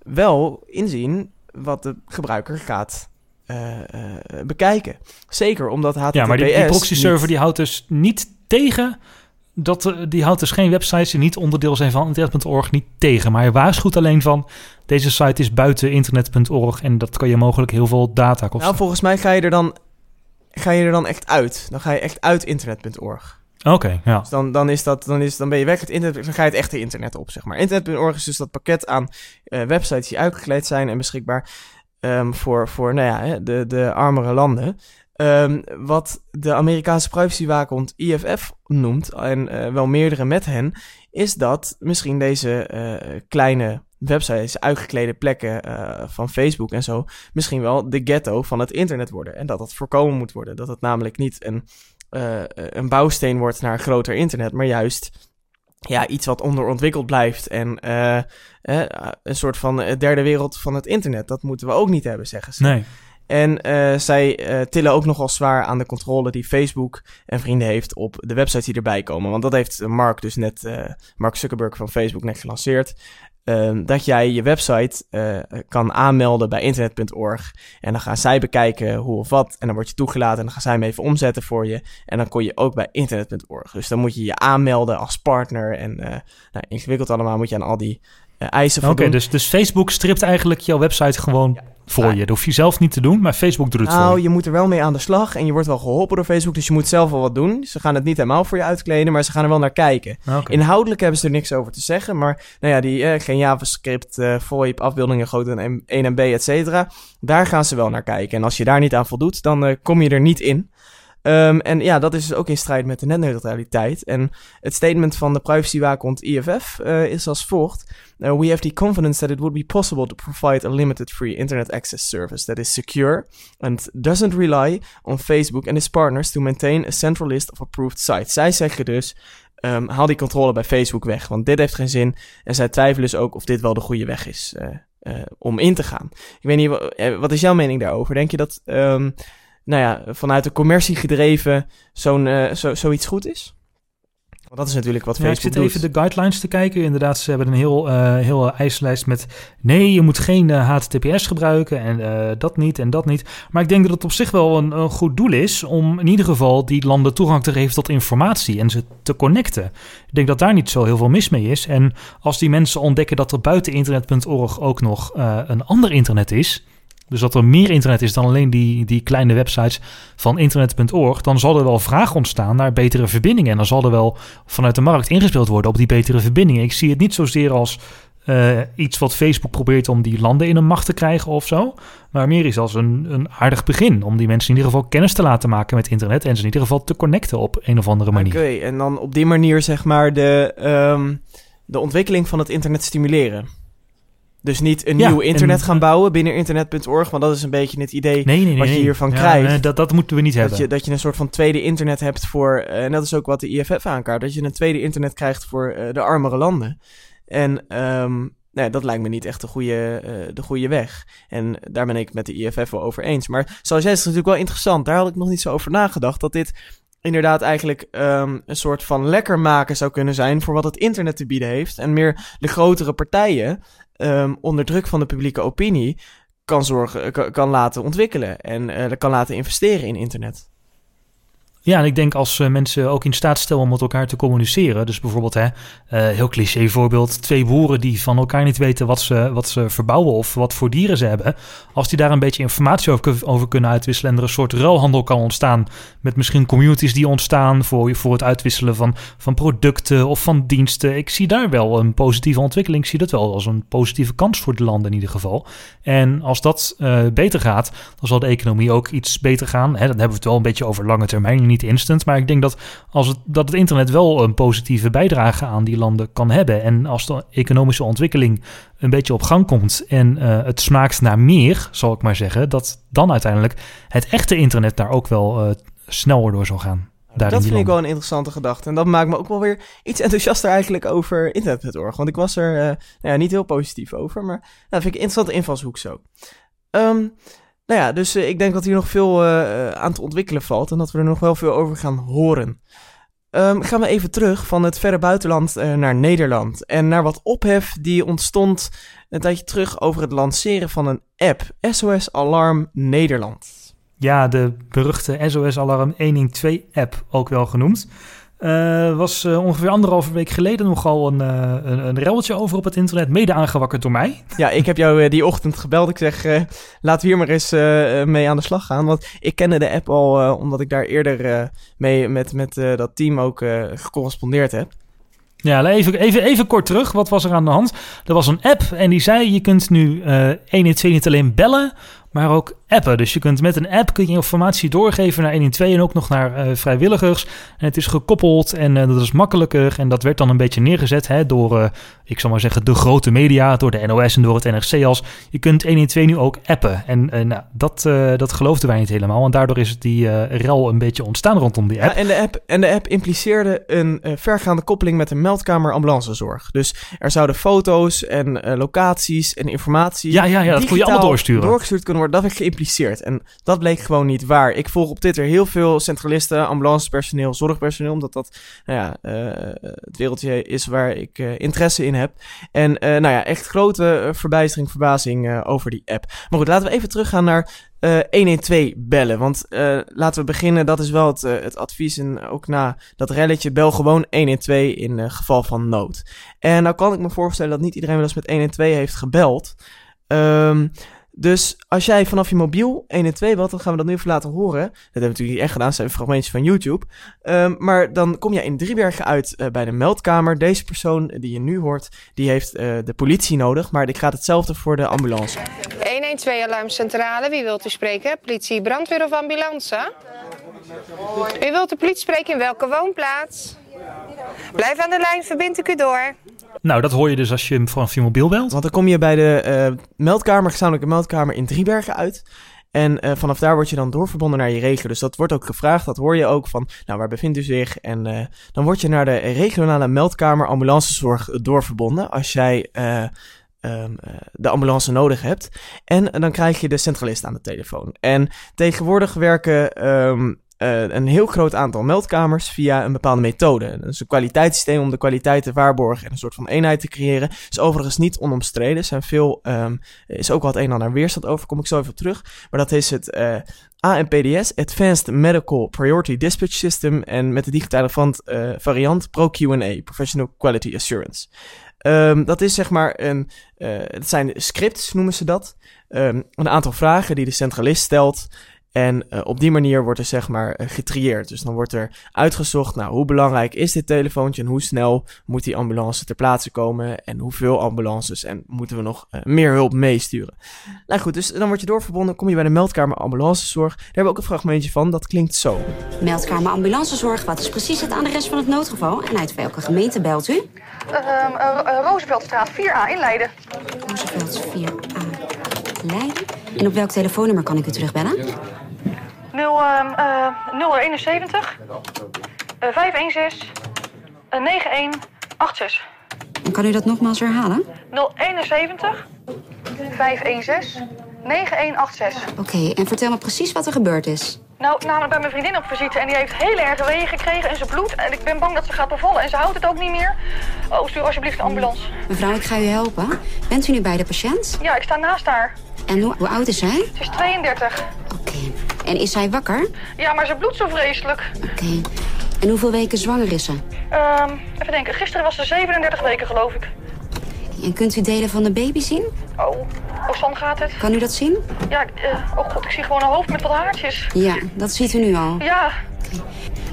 wel inzien wat de gebruiker gaat uh, uh, bekijken. Zeker omdat H T T P S... Ja, maar die, die proxy server niet... die houdt dus niet tegen... Dat, die houdt dus geen websites die niet onderdeel zijn van internet punt org niet tegen. Maar hij waarschuwt alleen van... deze site is buiten internet punt org... en dat kan je mogelijk heel veel data kosten. Nou, volgens mij ga je er dan, ga je er dan echt uit. Dan ga je echt uit internet punt org. Oké, okay, ja. Dus dan, dan, is dat, dan, is, dan ben je weg het internet... dan ga je het echte internet op, zeg maar. internet punt org is dus dat pakket aan uh, websites die uitgekleed zijn... en beschikbaar um, voor, voor nou ja, de, de armere landen... Um, wat de Amerikaanse privacywaakhond I F F noemt, en uh, wel meerdere met hen, is dat misschien deze uh, kleine websites, uitgeklede plekken uh, van Facebook en zo, misschien wel de ghetto van het internet worden. En dat dat voorkomen moet worden. Dat het namelijk niet een, uh, een bouwsteen wordt naar een groter internet, maar juist ja, iets wat onderontwikkeld blijft en uh, uh, een soort van derde wereld van het internet. Dat moeten we ook niet hebben, zeggen ze. Nee. En uh, zij uh, tillen ook nogal zwaar aan de controle die Facebook en vrienden heeft op de websites die erbij komen. Want dat heeft Mark dus net, uh, Mark Zuckerberg van Facebook net gelanceerd. Uh, dat jij je website uh, kan aanmelden bij internet punt org. En dan gaan zij bekijken hoe of wat. En dan word je toegelaten en dan gaan zij hem even omzetten voor je. En dan kon je ook bij internet punt org. Dus dan moet je je aanmelden als partner. En uh, nou, ingewikkeld allemaal moet je aan al die uh, eisen voldoen. Oké, dus, dus Facebook stript eigenlijk jouw website gewoon... Ja. Voor ja. je. Dat hoef je zelf niet te doen, maar Facebook doet het nou, voor je. je moet er wel mee aan de slag en je wordt wel geholpen door Facebook, dus je moet zelf wel wat doen. Ze gaan het niet helemaal voor je uitkleden, maar ze gaan er wel naar kijken. Okay. Inhoudelijk hebben ze er niks over te zeggen, maar nou ja, die eh, geen JavaScript, uh, VoIP, afbeeldingen, groot en één M B, et cetera. Daar gaan ze wel naar kijken. En als je daar niet aan voldoet, dan uh, kom je er niet in. Um, en ja, dat is dus ook in strijd met de netneutraliteit. En het statement van de privacywaakhond I F F uh, is als volgt. Uh, we have the confidence that it would be possible to provide a limited free internet access service that is secure and doesn't rely on Facebook and its partners to maintain a central list of approved sites. Zij zeggen dus, um, haal die controle bij Facebook weg, want dit heeft geen zin. En zij twijfelen dus ook of dit wel de goede weg is uh, uh, om in te gaan. Ik weet niet, wat is jouw mening daarover? Denk je dat... Um, nou ja, vanuit de commercie gedreven zo'n, uh, zo, zoiets goed is? Want dat is natuurlijk wat ja, Facebook doet. Ik zit even de guidelines te kijken. Inderdaad, ze hebben een heel, uh, heel eisenlijst met... nee, je moet geen uh, H T T P S gebruiken en uh, dat niet en dat niet. Maar ik denk dat het op zich wel een, een goed doel is... om in ieder geval die landen toegang te geven tot informatie... en ze te connecten. Ik denk dat daar niet zo heel veel mis mee is. En als die mensen ontdekken dat er buiten internet punt org ook nog uh, een ander internet is... dus dat er meer internet is dan alleen die, die kleine websites van internet punt org... dan zal er wel vraag ontstaan naar betere verbindingen. En dan zal er wel vanuit de markt ingespeeld worden op die betere verbindingen. Ik zie het niet zozeer als uh, iets wat Facebook probeert om die landen in een macht te krijgen of zo... maar meer is als een, een aardig begin... om die mensen in ieder geval kennis te laten maken met internet... en ze in ieder geval te connecten op een of andere manier. Oké, okay, en dan op die manier zeg maar de, um, de ontwikkeling van het internet stimuleren... Dus niet een ja, nieuw internet en, gaan bouwen binnen internet punt org... want dat is een beetje het idee nee, nee, nee, wat je nee. hiervan ja, krijgt. Nee, dat, dat moeten we niet dat hebben. Je, dat je een soort van tweede internet hebt voor... Uh, en dat is ook wat de I F F aankaart... dat je een tweede internet krijgt voor uh, de armere landen. En um, nee, dat lijkt me niet echt de goede, uh, de goede weg. En daar ben ik het met de I F F wel over eens. Maar zoals jij zegt, is natuurlijk wel interessant. Daar had ik nog niet zo over nagedacht... dat dit inderdaad eigenlijk um, een soort van lekker maken zou kunnen zijn... voor wat het internet te bieden heeft. En meer de grotere partijen... Um, onder druk van de publieke opinie kan, zorgen, kan, kan laten ontwikkelen en uh, kan laten investeren in internet. Ja, en ik denk als uh, mensen ook in staat stellen om met elkaar te communiceren. Dus bijvoorbeeld, hè, uh, heel cliché voorbeeld, twee boeren die van elkaar niet weten wat ze, wat ze verbouwen of wat voor dieren ze hebben. Als die daar een beetje informatie over, over kunnen uitwisselen en er een soort ruilhandel kan ontstaan met misschien communities die ontstaan voor, voor het uitwisselen van, van producten of van diensten. Ik zie daar wel een positieve ontwikkeling. Ik zie dat wel als een positieve kans voor de landen in ieder geval. En als dat uh, beter gaat, dan zal de economie ook iets beter gaan. Hè, dan hebben we het wel een beetje over lange termijn, niet niet instant. Maar ik denk dat, als het, dat het internet wel een positieve bijdrage aan die landen kan hebben. En als de economische ontwikkeling een beetje op gang komt en uh, het smaakt naar meer, zal ik maar zeggen, dat dan uiteindelijk het echte internet daar ook wel uh, sneller door zal gaan. Dat vind landen. ik wel een interessante gedachte. En dat maakt me ook wel weer iets enthousiaster eigenlijk over internet punt org. Want ik was er uh, nou ja, niet heel positief over. Maar nou, dat vind ik een interessante invalshoek zo. Um, nou ja, dus uh, ik denk dat hier nog veel uh, aan te ontwikkelen valt. En dat we er nog wel veel over gaan horen. Um, gaan we even terug van het verre buitenland uh, naar Nederland. En naar wat ophef die ontstond een tijdje terug over het lanceren van een app. S O S Alarm Nederland. Ja, de beruchte S O S Alarm honderdtwaalf-app, ook wel genoemd. Uh, was uh, ongeveer anderhalve week geleden nogal een, uh, een, een reltje over op het internet, mede aangewakkerd door mij. Ja, ik heb jou uh, die ochtend gebeld. Ik zeg, uh, laten we hier maar eens uh, mee aan de slag gaan. Want ik kende de app al, uh, omdat ik daar eerder uh, mee met, met uh, dat team ook uh, gecorrespondeerd heb. Ja, even, even, even kort terug. Wat was er aan de hand? Er was een app en die zei, je kunt nu uh, honderdtwaalf niet alleen bellen, maar ook appen. Dus je kunt met een app kun je informatie doorgeven naar honderdtwaalf en ook nog naar uh, vrijwilligers. En het is gekoppeld en uh, dat is makkelijker. En dat werd dan een beetje neergezet hè, door, uh, ik zal maar zeggen, de grote media, door de N O S en door het N R C als, je kunt honderdtwaalf nu ook appen. En uh, nou, dat, uh, dat geloofden wij niet helemaal. En daardoor is die uh, rel een beetje ontstaan rondom die app. Ja, en, de app en de app impliceerde een uh, vergaande koppeling met een meldkamer ambulancezorg. Dus er zouden foto's en uh, locaties en informatie ja, ja, ja, dat kon je allemaal doorsturen. doorgestuurd kunnen worden. Dat werd geïmpliceerd. En dat bleek gewoon niet waar. Ik volg op Twitter heel veel centralisten, ambulancepersoneel, zorgpersoneel, omdat dat nou ja, uh, het wereldje is waar ik uh, interesse in heb. En uh, nou ja, echt grote uh, verbijstering, verbazing uh, over die app. Maar goed, laten we even teruggaan naar uh, honderdtwaalf bellen. Want uh, laten we beginnen, dat is wel het, uh, het advies. En ook na dat relletje, bel gewoon honderdtwaalf in uh, geval van nood. En nou kan ik me voorstellen dat niet iedereen wel eens met honderdtwaalf heeft gebeld. Um, Dus als jij vanaf je mobiel honderdtwaalf belt, dan gaan we dat nu even laten horen. Dat hebben we natuurlijk niet echt gedaan, dat zijn fragmentjes van YouTube. Um, maar dan kom je in Driebergen uit uh, bij de meldkamer. Deze persoon die je nu hoort, die heeft uh, de politie nodig. Maar ik ga hetzelfde voor de ambulance. honderdtwaalf alarmcentrale, wie wilt u spreken? Politie, brandweer of ambulance? U wilt de politie spreken in welke woonplaats? Blijf aan de lijn, verbind ik u door. Nou, dat hoor je dus als je vanaf je mobiel belt. Want dan kom je bij de uh, meldkamer, gezamenlijke meldkamer in Driebergen uit. En uh, vanaf daar word je dan doorverbonden naar je regio. Dus dat wordt ook gevraagd, dat hoor je ook van, nou, waar bevindt u zich? En uh, dan word je naar de regionale meldkamer ambulancezorg doorverbonden als jij uh, um, uh, de ambulance nodig hebt. En uh, dan krijg je de centralist aan de telefoon. En tegenwoordig werken Um, Uh, een heel groot aantal meldkamers via een bepaalde methode. Dat is een kwaliteitssysteem om de kwaliteit te waarborgen en een soort van eenheid te creëren. Is overigens niet onomstreden. Er zijn veel, um, is ook wel het een en ander weerstand over, kom ik zo even op terug. Maar dat is het uh, A M P D S, Advanced Medical Priority Dispatch System, en met de digitale variant, uh, variant Pro Q and A, Professional Quality Assurance. Um, dat is zeg maar een, uh, het zijn scripts noemen ze dat. Um, een aantal vragen die de centralist stelt. En uh, op die manier wordt er zeg maar uh, getrieerd. Dus dan wordt er uitgezocht, nou, hoe belangrijk is dit telefoontje en hoe snel moet die ambulance ter plaatse komen en hoeveel ambulances en moeten we nog uh, meer hulp meesturen. Nou goed, dus dan word je doorverbonden, kom je bij de meldkamer ambulancezorg. Daar hebben we ook een fragmentje van, dat klinkt zo. Meldkamer ambulancezorg, wat is precies het adres van het noodgeval en uit welke gemeente belt u? Uh, uh, uh, Rooseveltstraat vier A in Leiden. Roosevelt vier A, Leiden. En op welk telefoonnummer kan ik u terugbellen? nul eenenzeventig, vijfhonderdzestig, negenendertig achtentzestig. En kan u dat nogmaals herhalen? nul eenenzeventig, vijfhonderdzestig, negenendertig achtendzestig. Oké, okay, en vertel me precies wat er gebeurd is. Nou, namelijk bij mijn vriendin op visite en die heeft heel erg weeën gekregen en ze bloedt. En ik ben bang dat ze gaat bevallen en ze houdt het ook niet meer. Oh, stuur alsjeblieft de ambulance. Mevrouw, ik ga u helpen. Bent u nu bij de patiënt? Ja, ik sta naast haar. En hoe, hoe oud is zij? Ze is tweeëndertig. Oké. Okay. En is zij wakker? Ja, maar ze bloedt zo vreselijk. Oké. Okay. En hoeveel weken zwanger is ze? Um, even denken, gisteren was ze zevenendertig weken, geloof ik. En kunt u delen van de baby zien? Oh, hoe stand gaat het? Kan u dat zien? Ja, uh, oh god, ik zie gewoon een hoofd met wat haartjes. Ja, dat ziet u nu al. Ja. Okay.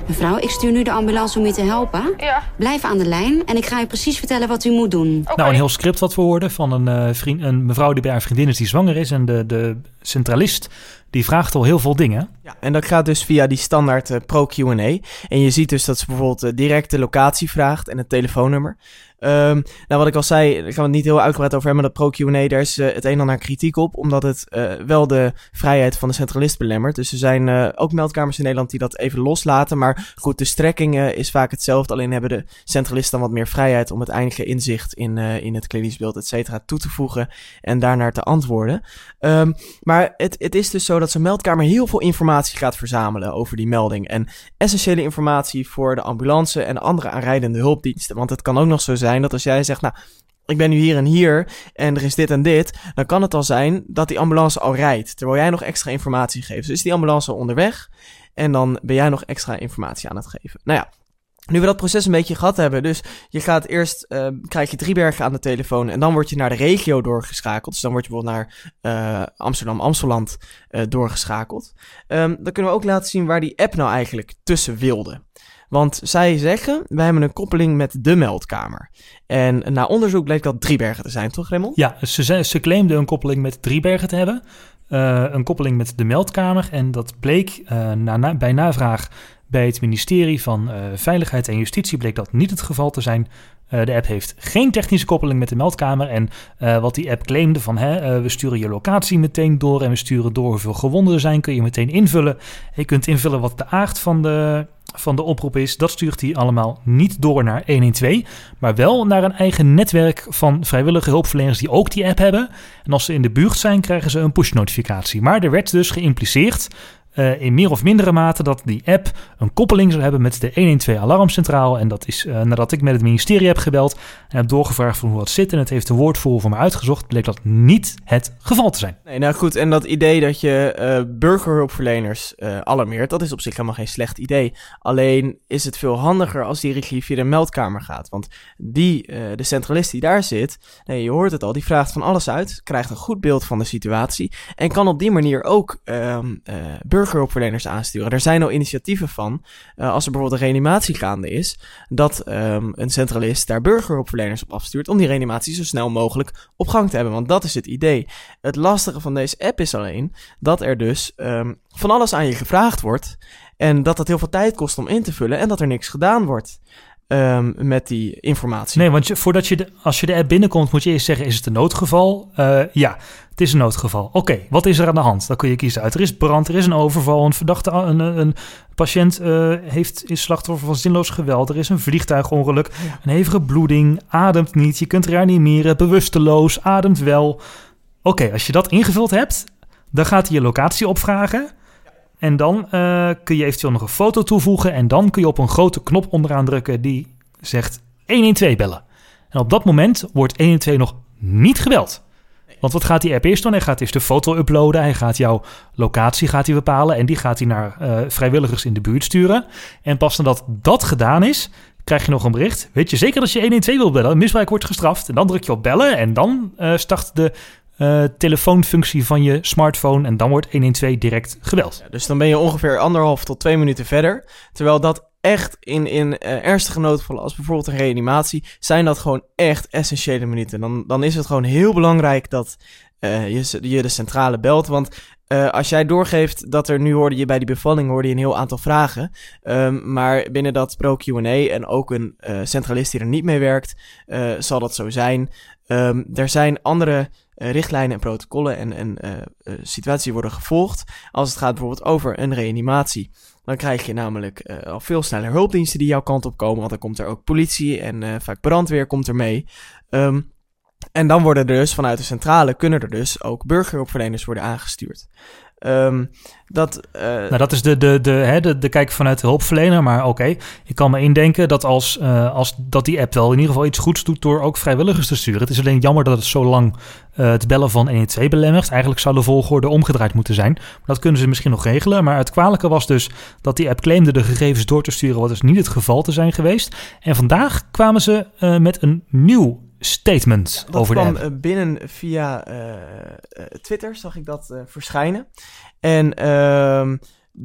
Mevrouw, ik stuur nu de ambulance om u te helpen. Ja. Blijf aan de lijn en ik ga u precies vertellen wat u moet doen. Oké. Nou, een heel script wat we hoorden van een, uh, vriend, een mevrouw die bij haar vriendin is die zwanger is. En de, de centralist die vraagt al heel veel dingen. Ja, en dat gaat dus via die standaard uh, pro-Q en A. En je ziet dus dat ze bijvoorbeeld uh, direct de locatie vraagt en het telefoonnummer. Um, nou, wat ik al zei, daar gaan we het niet heel uitgebreid over hebben, maar dat pro-Q en A, daar is uh, het een en ander kritiek op, omdat het uh, wel de vrijheid van de centralist belemmert. Dus er zijn uh, ook meldkamers in Nederland die dat even loslaten, maar goed, de strekking uh, is vaak hetzelfde, alleen hebben de centralisten dan wat meer vrijheid om het eindige inzicht in, uh, in het klinisch beeld, et cetera, toe te voegen en daarnaar te antwoorden. Um, maar het, het is dus zo dat zo'n meldkamer heel veel informatie gaat verzamelen over die melding en essentiële informatie voor de ambulance en andere aanrijdende hulpdiensten, want het kan ook nog zo zijn dat als jij zegt, nou, ik ben nu hier en hier en er is dit en dit, dan kan het al zijn dat die ambulance al rijdt, terwijl jij nog extra informatie geeft. Dus is die ambulance al onderweg en dan ben jij nog extra informatie aan het geven. Nou ja, nu we dat proces een beetje gehad hebben, dus je gaat eerst, uh, krijg je Driebergen aan de telefoon en dan word je naar de regio doorgeschakeld. Dus dan word je bijvoorbeeld naar uh, Amsterdam-Amsteland uh, doorgeschakeld. Um, dan kunnen we ook laten zien waar die app nou eigenlijk tussen wilde. Want zij zeggen, wij hebben een koppeling met de meldkamer. En na onderzoek bleek dat Driebergen te zijn, toch Raymond? Ja, ze, ze claimden een koppeling met Driebergen te hebben. Uh, een koppeling met de meldkamer. En dat bleek uh, na, na, bij navraag bij het ministerie van uh, Veiligheid en Justitie bleek dat niet het geval te zijn. Uh, de app heeft geen technische koppeling met de meldkamer. En uh, wat die app claimde van hè, uh, we sturen je locatie meteen door en we sturen door hoeveel gewonden er zijn, kun je meteen invullen. Je kunt invullen wat de aard van de, van de oproep is. Dat stuurt hij allemaal niet door naar honderdtwaalf, maar wel naar een eigen netwerk van vrijwillige hulpverleners die ook die app hebben. En als ze in de buurt zijn, krijgen ze een push-notificatie. Maar er werd dus geïmpliceerd Uh, in meer of mindere mate dat die app een koppeling zou hebben met de honderdtwaalf alarmcentrale. En dat is uh, nadat ik met het ministerie heb gebeld en heb doorgevraagd van hoe dat zit. En het heeft de woordvoerder voor me uitgezocht, bleek dat niet het geval te zijn. Nee, nou goed, en dat idee dat je uh, burgerhulpverleners uh, alarmeert, dat is op zich helemaal geen slecht idee. Alleen is het veel handiger als die regie via de meldkamer gaat. Want die, uh, de centralist die daar zit, nee, je hoort het al, die vraagt van alles uit, krijgt een goed beeld van de situatie en kan op die manier ook uh, uh, burger burgerhulpverleners aansturen. Er zijn al initiatieven van, uh, als er bijvoorbeeld een reanimatie gaande is, dat um, een centralist daar burgerhulpverleners op afstuurt om die reanimatie zo snel mogelijk op gang te hebben. Want dat is het idee. Het lastige van deze app is alleen dat er dus um, van alles aan je gevraagd wordt en dat het heel veel tijd kost om in te vullen en dat er niks gedaan wordt. Um, met die informatie. Nee, want je, voordat je de, als je de app binnenkomt, moet je eerst zeggen, is het een noodgeval? Uh, ja, het is een noodgeval. Oké, okay, wat is er aan de hand? Dan kun je kiezen uit. Er is brand, er is een overval, een verdachte, een, een patiënt uh, heeft, is slachtoffer van zinloos geweld, er is een vliegtuigongeluk, ja. Een hevige bloeding, ademt niet, je kunt reanimeren, bewusteloos, ademt wel. Oké, okay, als je dat ingevuld hebt, dan gaat hij je locatie opvragen. En dan uh, kun je eventueel nog een foto toevoegen en dan kun je op een grote knop onderaan drukken die zegt honderdtwaalf bellen. En op dat moment wordt honderdtwaalf nog niet gebeld. Want wat gaat die app eerst doen? Hij gaat eerst de foto uploaden, hij gaat jouw locatie gaat hij bepalen en die gaat hij naar uh, vrijwilligers in de buurt sturen. En pas nadat dat gedaan is, krijg je nog een bericht. Weet je zeker dat je honderdtwaalf wilt bellen? Misbruik wordt gestraft. En dan druk je op bellen en dan uh, start de Uh, telefoonfunctie van je smartphone en dan wordt honderdtwaalf direct gebeld. Ja, dus dan ben je ongeveer anderhalf tot twee minuten verder. Terwijl dat echt in, in uh, ernstige noodgevallen, als bijvoorbeeld een reanimatie, zijn dat gewoon echt essentiële minuten. Dan, dan is het gewoon heel belangrijk dat uh, je, je de centrale belt. Want uh, als jij doorgeeft dat er, nu hoorde je bij die bevalling hoorde je een heel aantal vragen. Um, maar binnen dat pro-Q en A en ook een uh, centralist die er niet mee werkt, uh, zal dat zo zijn. Um, er zijn andere Uh, richtlijnen en protocollen en, en uh, uh, situaties worden gevolgd. Als het gaat bijvoorbeeld over een reanimatie, dan krijg je namelijk uh, al veel sneller hulpdiensten die jouw kant op komen, want dan komt er ook politie en uh, vaak brandweer komt er mee. Um, en dan worden er dus vanuit de centrale kunnen er dus ook burgerhulpverleners worden aangestuurd. Um, dat, uh... nou, dat is de, de, de, hè, de, de kijk vanuit de hulpverlener, maar oké. Okay. Ik kan me indenken dat als, uh, als dat die app wel in ieder geval iets goeds doet door ook vrijwilligers te sturen. Het is alleen jammer dat het zo lang uh, het bellen van honderdtwaalf belemmert. Eigenlijk zou de volgorde omgedraaid moeten zijn. Maar dat kunnen ze misschien nog regelen. Maar het kwalijke was dus dat die app claimde de gegevens door te sturen, wat dus niet het geval te zijn geweest. En vandaag kwamen ze uh, met een nieuw statement ja, dat over de app. Dat kwam binnen via uh, uh, Twitter, zag ik dat uh, verschijnen. En uh, dan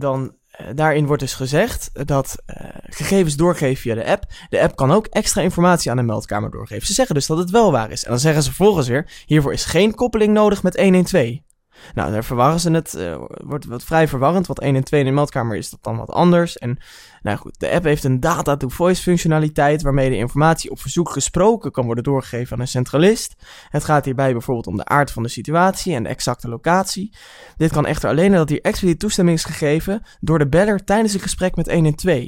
uh, daarin wordt dus gezegd dat uh, gegevens doorgeven via de app. De app kan ook extra informatie aan de meldkamer doorgeven. Ze zeggen dus dat het wel waar is. En dan zeggen ze vervolgens weer, hiervoor is geen koppeling nodig met honderdtwaalf. Nou, daar verwarren ze het, uh, wordt wat vrij verwarrend, want honderdtwaalf in de meldkamer is dat dan wat anders. En nou goed, de app heeft een data-to-voice functionaliteit, waarmee de informatie op verzoek gesproken kan worden doorgegeven aan een centralist. Het gaat hierbij bijvoorbeeld om de aard van de situatie en de exacte locatie. Dit kan echter alleen nadat hier expliciet toestemming is gegeven door de beller tijdens een gesprek met honderdtwaalf.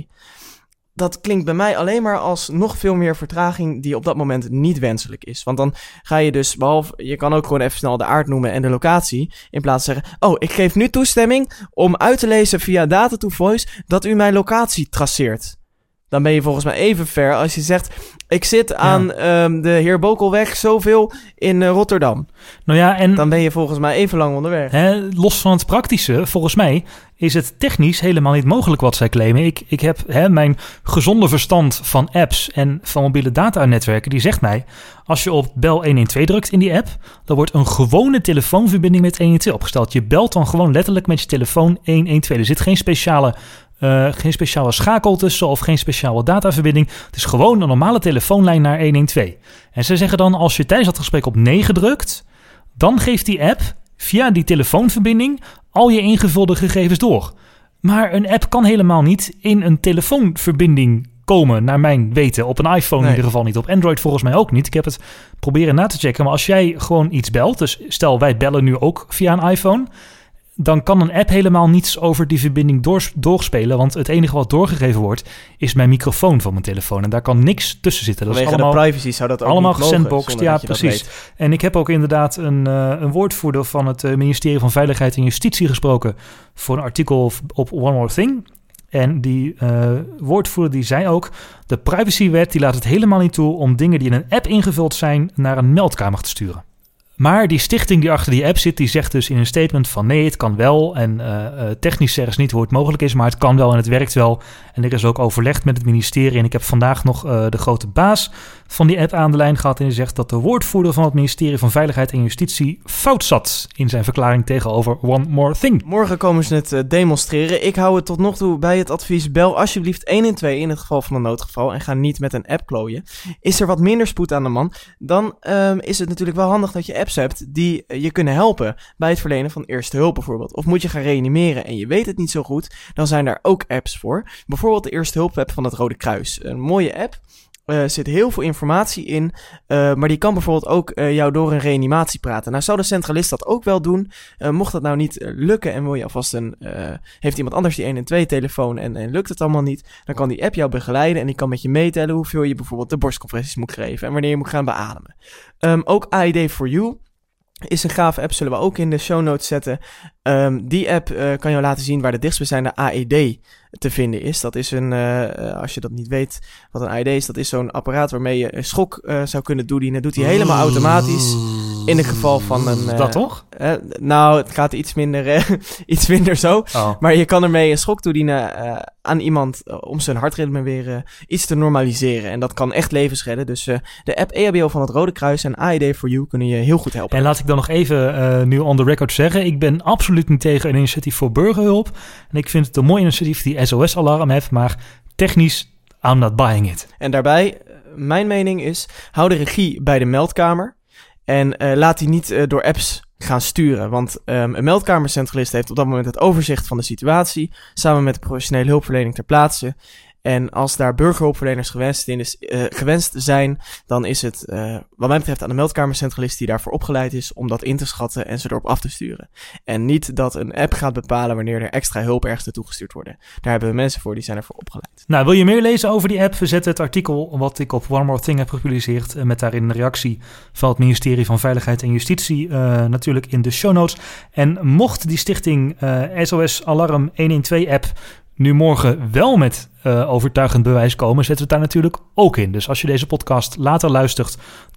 Dat klinkt bij mij alleen maar als nog veel meer vertraging die op dat moment niet wenselijk is. Want dan ga je dus, behalve, je kan ook gewoon even snel de aard noemen en de locatie, in plaats van zeggen, oh, ik geef nu toestemming om uit te lezen via data to voice dat u mijn locatie traceert. Dan ben je volgens mij even ver als je zegt, ik zit aan ja. um, de Heer Bokelweg zoveel in uh, Rotterdam. Nou ja, en dan ben je volgens mij even lang onderweg. Hè, los van het praktische, volgens mij is het technisch helemaal niet mogelijk wat zij claimen. Ik, ik heb hè, mijn gezonde verstand van apps en van mobiele data-netwerken, die zegt mij, als je op bel honderdtwaalf drukt in die app, dan wordt een gewone telefoonverbinding met honderdtwaalf opgesteld. Je belt dan gewoon letterlijk met je telefoon honderdtwaalf. Er zit geen speciale Uh, geen speciale schakel tussen of geen speciale dataverbinding. Het is gewoon een normale telefoonlijn naar honderdtwaalf. En ze zeggen dan, als je tijdens dat gesprek op negen drukt, dan geeft die app via die telefoonverbinding al je ingevulde gegevens door. Maar een app kan helemaal niet in een telefoonverbinding komen, naar mijn weten. Op een iPhone nee. in ieder geval niet. Op Android volgens mij ook niet. Ik heb het proberen na te checken. Maar als jij gewoon iets belt, dus stel wij bellen nu ook via een iPhone, dan kan een app helemaal niets over die verbinding door, doorspelen. Want het enige wat doorgegeven wordt, is mijn microfoon van mijn telefoon. En daar kan niks tussen zitten. Dat Vanwege is allemaal, de privacy zou dat ook allemaal niet mogen, gesandboxed. Ja, precies. En ik heb ook inderdaad een, uh, een woordvoerder van het uh, ministerie van Veiligheid en Justitie gesproken voor een artikel op One More Thing. En die uh, woordvoerder die zei ook, de privacywet die laat het helemaal niet toe om dingen die in een app ingevuld zijn naar een meldkamer te sturen. Maar die stichting die achter die app zit, die zegt dus in een statement van nee, het kan wel. En uh, uh, technisch zeggen ze niet hoe het mogelijk is, maar het kan wel en het werkt wel. En er is ook overlegd met het ministerie. En ik heb vandaag nog uh, de grote baas van die app aan de lijn gehad. En die zegt dat de woordvoerder van het ministerie van Veiligheid en Justitie fout zat in zijn verklaring tegenover One More Thing. Morgen komen ze het uh, demonstreren. Ik hou het tot nog toe bij het advies, bel alsjeblieft honderdtwaalf in het geval van een noodgeval en ga niet met een app klooien. Is er wat minder spoed aan de man, dan um, is het natuurlijk wel handig dat je apps hebt die je kunnen helpen bij het verlenen van eerste hulp bijvoorbeeld. Of moet je gaan reanimeren en je weet het niet zo goed, dan zijn daar ook apps voor. Bijvoorbeeld de eerste hulp app van het Rode Kruis. Een mooie app. Er uh, zit heel veel informatie in, uh, maar die kan bijvoorbeeld ook uh, jou door een reanimatie praten. Nou, zou de centralist dat ook wel doen? Uh, mocht dat nou niet uh, lukken en wil je alvast een, uh, heeft iemand anders die honderdtwaalf telefoon en, en lukt het allemaal niet, dan kan die app jou begeleiden en die kan met je meetellen hoeveel je bijvoorbeeld de borstcompressies moet geven en wanneer je moet gaan beademen. Um, ook A I D for You is een gave app, zullen we ook in de show notes zetten. Um, die app uh, kan jou laten zien waar de dichtstbijzijnde A E D te vinden is. Dat is een, uh, als je dat niet weet wat een A E D is, dat is zo'n apparaat waarmee je een schok uh, zou kunnen toedienen. Dat doet hij helemaal automatisch in het geval van een... Uh, dat toch? Uh, nou, het gaat iets minder, uh, iets minder zo. Oh. Maar je kan ermee een schok toedienen uh, aan iemand uh, om zijn hartritme weer uh, iets te normaliseren. En dat kan echt levens redden. Dus uh, de app E H B O van het Rode Kruis en A I D for You kunnen je heel goed helpen. En laat ik dan nog even uh, nu on the record zeggen, ik ben absoluut niet tegen een initiatief voor burgerhulp. En ik vind het een mooi initiatief die S O S-alarm heeft, maar technisch, I'm not buying it. En daarbij, mijn mening is, hou de regie bij de meldkamer en uh, laat die niet uh, door apps gaan sturen. Want um, een meldkamercentralist heeft op dat moment het overzicht van de situatie, samen met de professionele hulpverlening ter plaatse. En als daar burgerhulpverleners gewenst, in is, uh, gewenst zijn, dan is het uh, wat mij betreft aan de meldkamercentralist die daarvoor opgeleid is om dat in te schatten en ze erop af te sturen. En niet dat een app gaat bepalen wanneer er extra hulp ergens naartoe gestuurd worden. Daar hebben we mensen voor, die zijn ervoor opgeleid. Nou, wil je meer lezen over die app? We zetten het artikel wat ik op One More Thing heb gepubliceerd met daarin een reactie van het ministerie van Veiligheid en Justitie uh, natuurlijk in de show notes. En mocht die stichting uh, S O S Alarm honderdtwaalf app nu morgen wel met uh, overtuigend bewijs komen, zetten we het daar natuurlijk ook in. Dus als je deze podcast later luistert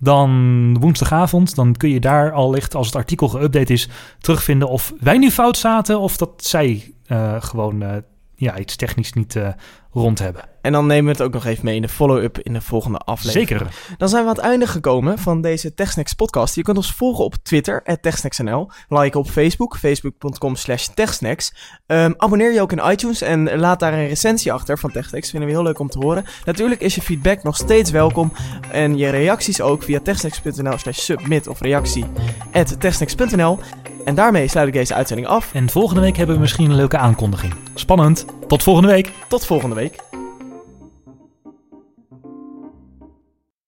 dan woensdagavond, dan kun je daar allicht, als het artikel geüpdate is, terugvinden of wij nu fout zaten of dat zij uh, gewoon uh, ja, iets technisch niet uh, rond hebben. En dan nemen we het ook nog even mee in de follow-up in de volgende aflevering. Zeker. Dan zijn we aan het einde gekomen van deze TechSnacks podcast. Je kunt ons volgen op Twitter, at TechSnacksNL. Like op Facebook, facebook.com slash TechSnacks. Um, abonneer je ook in iTunes en laat daar een recensie achter van TechSnacks. Vinden we heel leuk om te horen. Natuurlijk is je feedback nog steeds welkom. En je reacties ook via techsnacks.nl slash submit of reactie at techsnacks.nl. En daarmee sluit ik deze uitzending af. En volgende week hebben we misschien een leuke aankondiging. Spannend. Tot volgende week. Tot volgende week.